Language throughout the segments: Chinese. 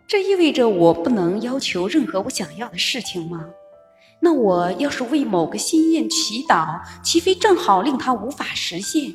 这意味着我不能要求任何我想要的事情吗？那我要是为某个心愿祈祷，岂非正好令它无法实现？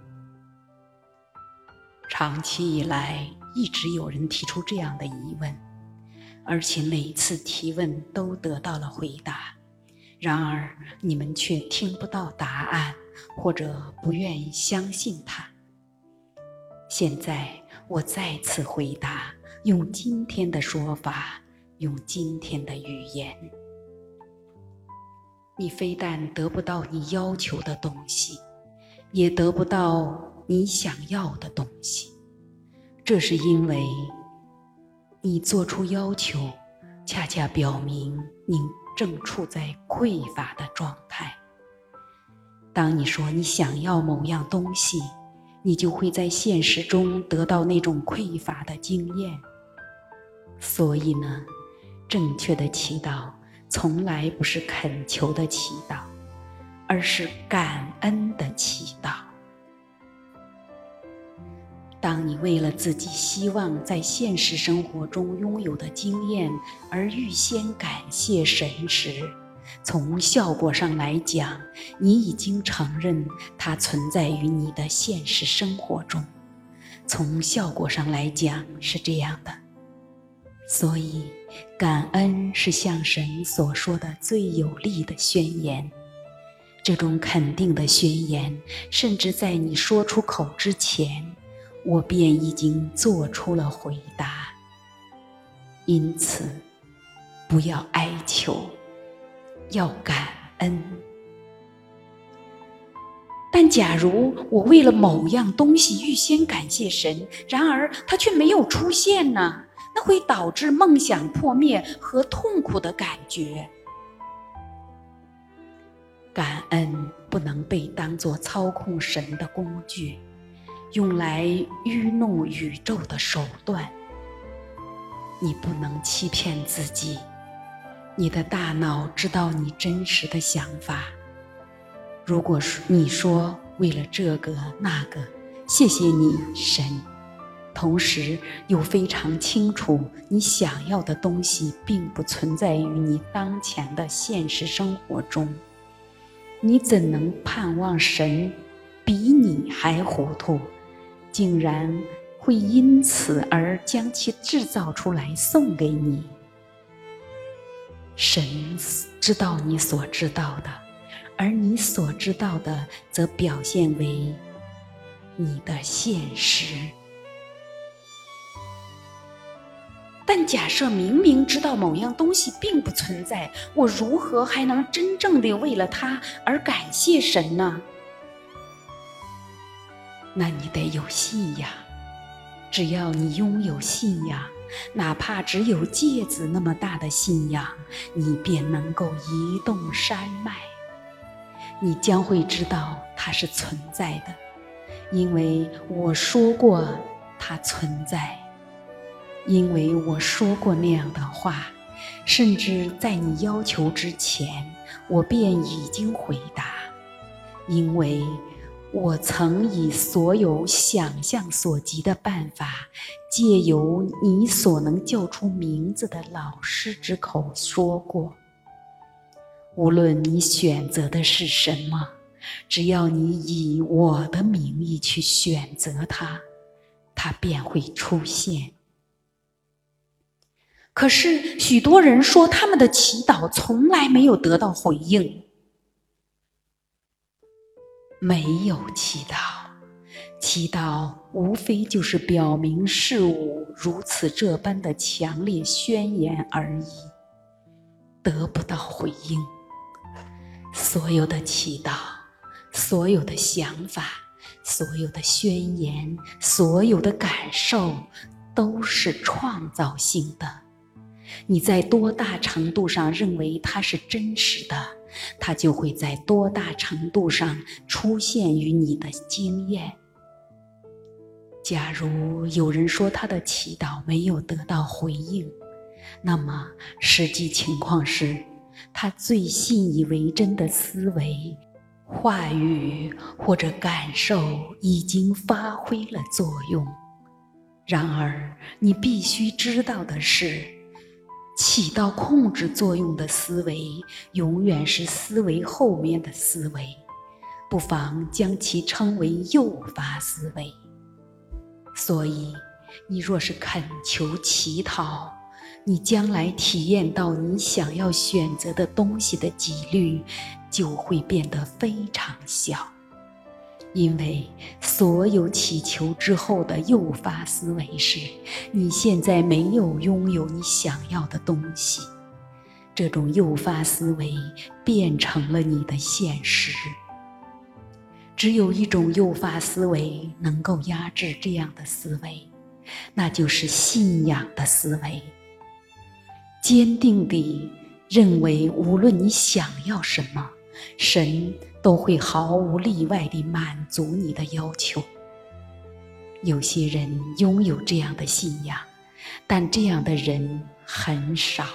长期以来，一直有人提出这样的疑问，而且每次提问都得到了回答。然而，你们却听不到答案，或者不愿意相信它。现在，我再次回答，用今天的说法，用今天的语言。你非但得不到你要求的东西，也得不到你想要的东西。这是因为你做出要求，恰恰表明你正处在匮乏的状态。当你说你想要某样东西，你就会在现实中得到那种匮乏的经验。所以呢，正确的祈祷从来不是恳求的祈祷，而是感恩的祈祷。当你为了自己希望在现实生活中拥有的经验而预先感谢神时，从效果上来讲，你已经承认它存在于你的现实生活中。从效果上来讲是这样的。所以，感恩是向神所说的最有力的宣言。这种肯定的宣言，甚至在你说出口之前，我便已经做出了回答。因此，不要哀求，要感恩。但假如我为了某样东西预先感谢神，然而它却没有出现呢？那会导致梦想破灭和痛苦的感觉。感恩不能被当作操控神的工具，用来愚弄宇宙的手段。你不能欺骗自己，你的大脑知道你真实的想法。如果你说为了这个那个，谢谢你，神，同时又非常清楚你想要的东西并不存在于你当前的现实生活中，你怎能盼望神比你还糊涂，竟然会因此而将其制造出来送给你？神知道你所知道的，而你所知道的则表现为你的现实。但假设明明知道某样东西并不存在，我如何还能真正地为了它而感谢神呢？那你得有信仰。只要你拥有信仰，哪怕只有芥子那么大的信仰，你便能够移动山脉。你将会知道它是存在的，因为我说过它存在。因为我说过那样的话，甚至在你要求之前，我便已经回答。因为我曾以所有想象所及的办法，借由你所能叫出名字的老师之口说过，无论你选择的是什么，只要你以我的名义去选择它，它便会出现。可是许多人说他们的祈祷从来没有得到回应。没有祈祷，祈祷无非就是表明事物如此这般的强烈宣言而已，得不到回应。所有的祈祷，所有的想法，所有的宣言，所有的感受，都是创造性的。你在多大程度上认为它是真实的，它就会在多大程度上出现于你的经验。假如有人说他的祈祷没有得到回应，那么实际情况是，他最信以为真的思维、话语或者感受已经发挥了作用。 然而，你必须知道的是，起到控制作用的思维，永远是思维后面的思维，不妨将其称为诱发思维。所以，你若是恳求乞讨，你将来体验到你想要选择的东西的几率就会变得非常小，因为所有祈求之后的诱发思维是你现在没有拥有你想要的东西，这种诱发思维变成了你的现实。只有一种诱发思维能够压制这样的思维，那就是信仰的思维。坚定地认为无论你想要什么，神都会毫无例外地满足你的要求。有些人拥有这样的信仰，但这样的人很少。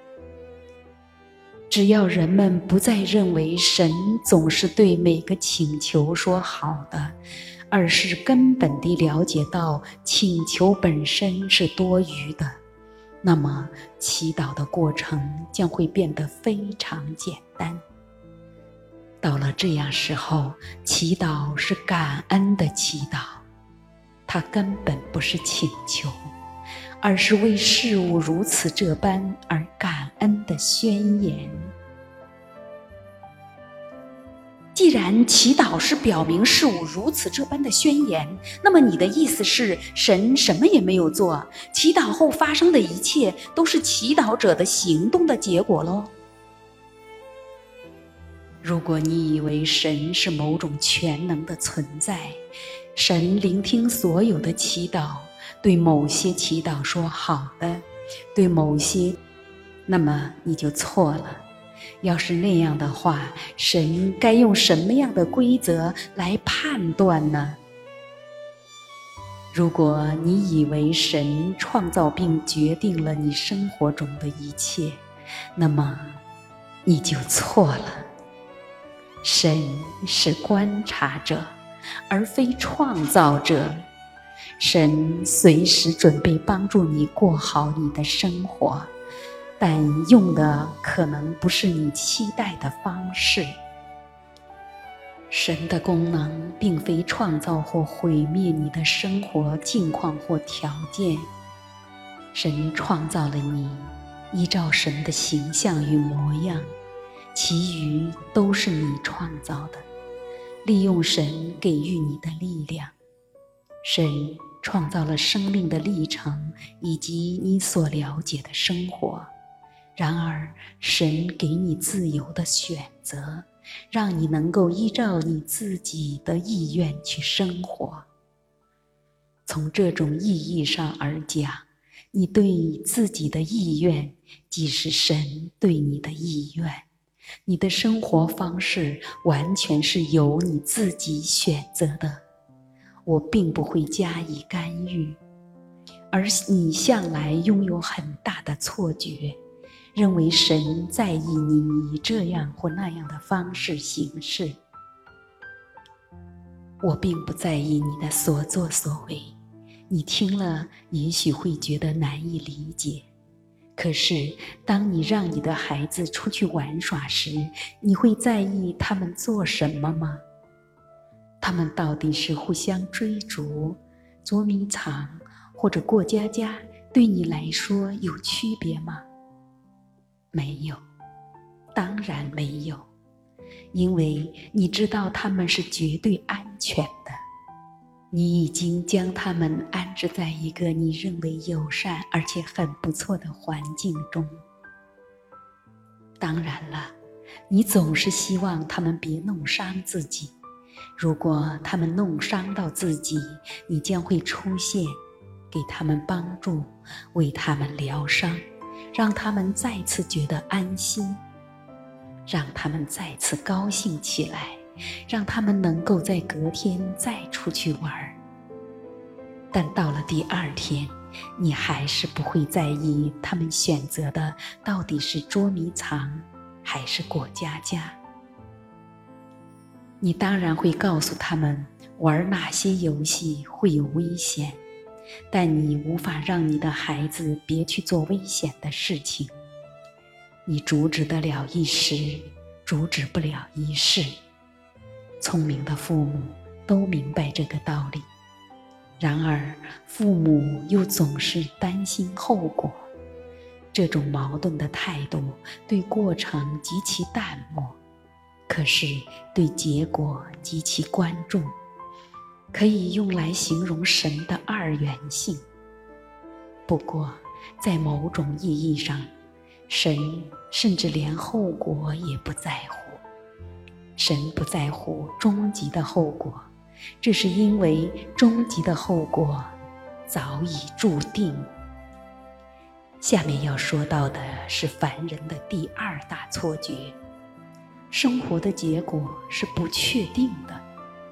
只要人们不再认为神总是对每个请求说好的，而是根本地了解到请求本身是多余的，那么祈祷的过程将会变得非常简单。到了这样时候，祈祷是感恩的祈祷，它根本不是请求，而是为事物如此这般而感恩的宣言。既然祈祷是表明事物如此这般的宣言，那么你的意思是神什么也没有做，祈祷后发生的一切都是祈祷者的行动的结果咯？如果你以为神是某种全能的存在，神聆听所有的祈祷，对某些祈祷说好的，对某些，那么你就错了。要是那样的话，神该用什么样的规则来判断呢？如果你以为神创造并决定了你生活中的一切，那么你就错了。神是观察者，而非创造者。神随时准备帮助你过好你的生活，但用的可能不是你期待的方式。神的功能并非创造或毁灭你的生活境况或条件。神创造了你，依照神的形象与模样，其余都是你创造的，利用神给予你的力量。神创造了生命的历程以及你所了解的生活。然而，神给你自由的选择，让你能够依照你自己的意愿去生活。从这种意义上而讲，你对自己的意愿即是神对你的意愿。你的生活方式完全是由你自己选择的，我并不会加以干预。而你向来拥有很大的错觉，认为神在意你以这样或那样的方式行事。我并不在意你的所作所为，你听了也许会觉得难以理解。可是当你让你的孩子出去玩耍时，你会在意他们做什么吗？他们到底是互相追逐、捉迷藏或者过家家，对你来说有区别吗？没有，当然没有，因为你知道他们是绝对安全的。你已经将他们安置在一个你认为友善而且很不错的环境中。当然了，你总是希望他们别弄伤自己。如果他们弄伤到自己，你将会出现，给他们帮助，为他们疗伤，让他们再次觉得安心，让他们再次高兴起来，让他们能够在隔天再出去玩。但到了第二天，你还是不会在意他们选择的到底是捉迷藏还是过家家。你当然会告诉他们玩哪些游戏会有危险， 但你无法让你的孩子别去做危险的事情。你阻止得了一时，阻止不了一世。聪明的父母都明白这个道理，然而父母又总是担心后果。这种矛盾的态度对过程极其淡漠，可是对结果极其关注，可以用来形容神的二元性。不过在某种意义上，神甚至连后果也不在乎。神不在乎终极的后果，这是因为终极的后果早已注定。下面要说到的是凡人的第二大错觉：生活的结果是不确定的。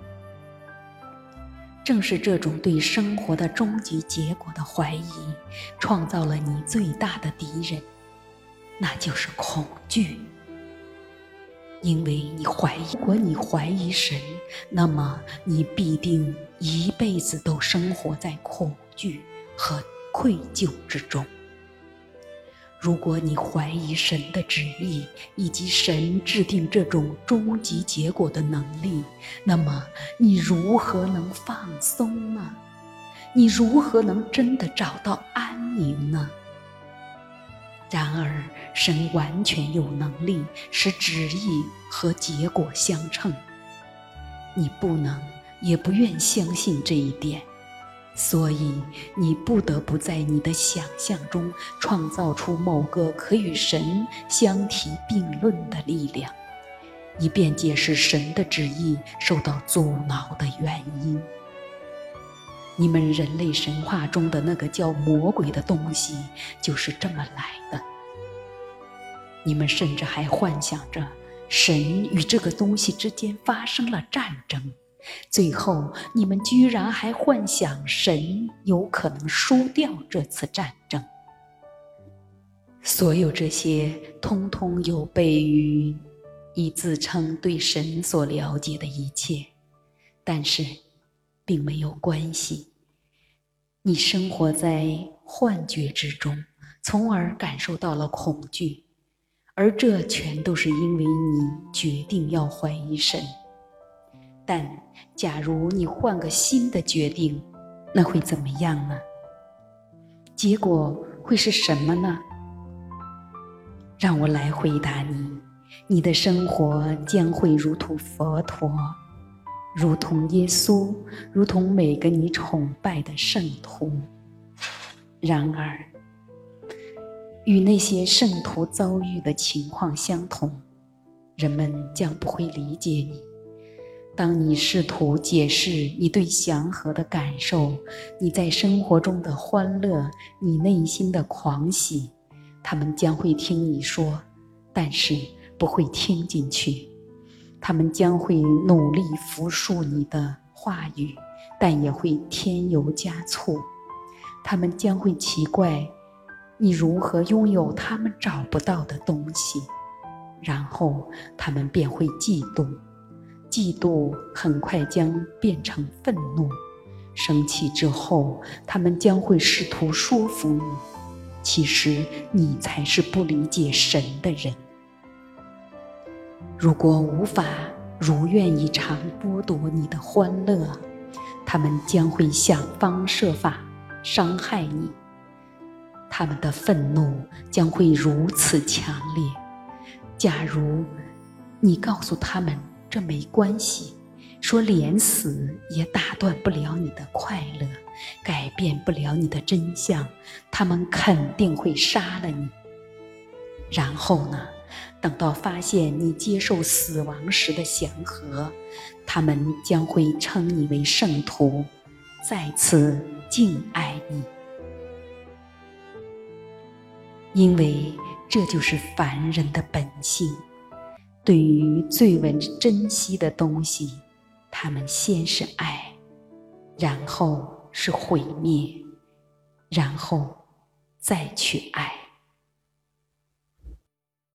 正是这种对生活的终极结果的怀疑，创造了你最大的敌人，那就是恐惧。因为如果你怀疑神，那么你必定一辈子都生活在恐惧和愧疚之中。如果你怀疑神的旨意以及神制定这种终极结果的能力，那么你如何能放松呢？你如何能真的找到安宁呢？然而，神完全有能力使旨意和结果相称。你不能也不愿相信这一点，所以你不得不在你的想象中创造出某个可与神相提并论的力量，以便解释神的旨意受到阻挠的原因。你们人类神话中的那个叫魔鬼的东西就是这么来的。你们甚至还幻想着神与这个东西之间发生了战争，最后你们居然还幻想神有可能输掉这次战争。所有这些通通有悖于以自称对神所了解的一切，但是并没有关系。你生活在幻觉之中，从而感受到了恐惧，而这全都是因为你决定要怀疑神。但假如你换个新的决定，那会怎么样呢？结果会是什么呢？让我来回答你，你的生活将会如同佛陀，如同耶稣，如同每个你崇拜的圣徒。然而，与那些圣徒遭遇的情况相同，人们将不会理解你。当你试图解释你对祥和的感受，你在生活中的欢乐，你内心的狂喜，他们将会听你说，但是不会听进去。他们将会努力复述你的话语，但也会添油加醋。他们将会奇怪你如何拥有他们找不到的东西，然后他们便会嫉妒。嫉妒很快将变成愤怒，生气之后，他们将会试图说服你，其实你才是不理解神的人。如果无法如愿以偿剥夺你的欢乐，他们将会想方设法伤害你。他们的愤怒将会如此强烈。假如你告诉他们这没关系，说连死也打断不了你的快乐，改变不了你的真相，他们肯定会杀了你。然后呢，等到发现你接受死亡时的祥和，他们将会称你为圣徒，再次敬爱你。因为这就是凡人的本性，对于最为珍惜的东西，他们先是爱，然后是毁灭，然后再去爱。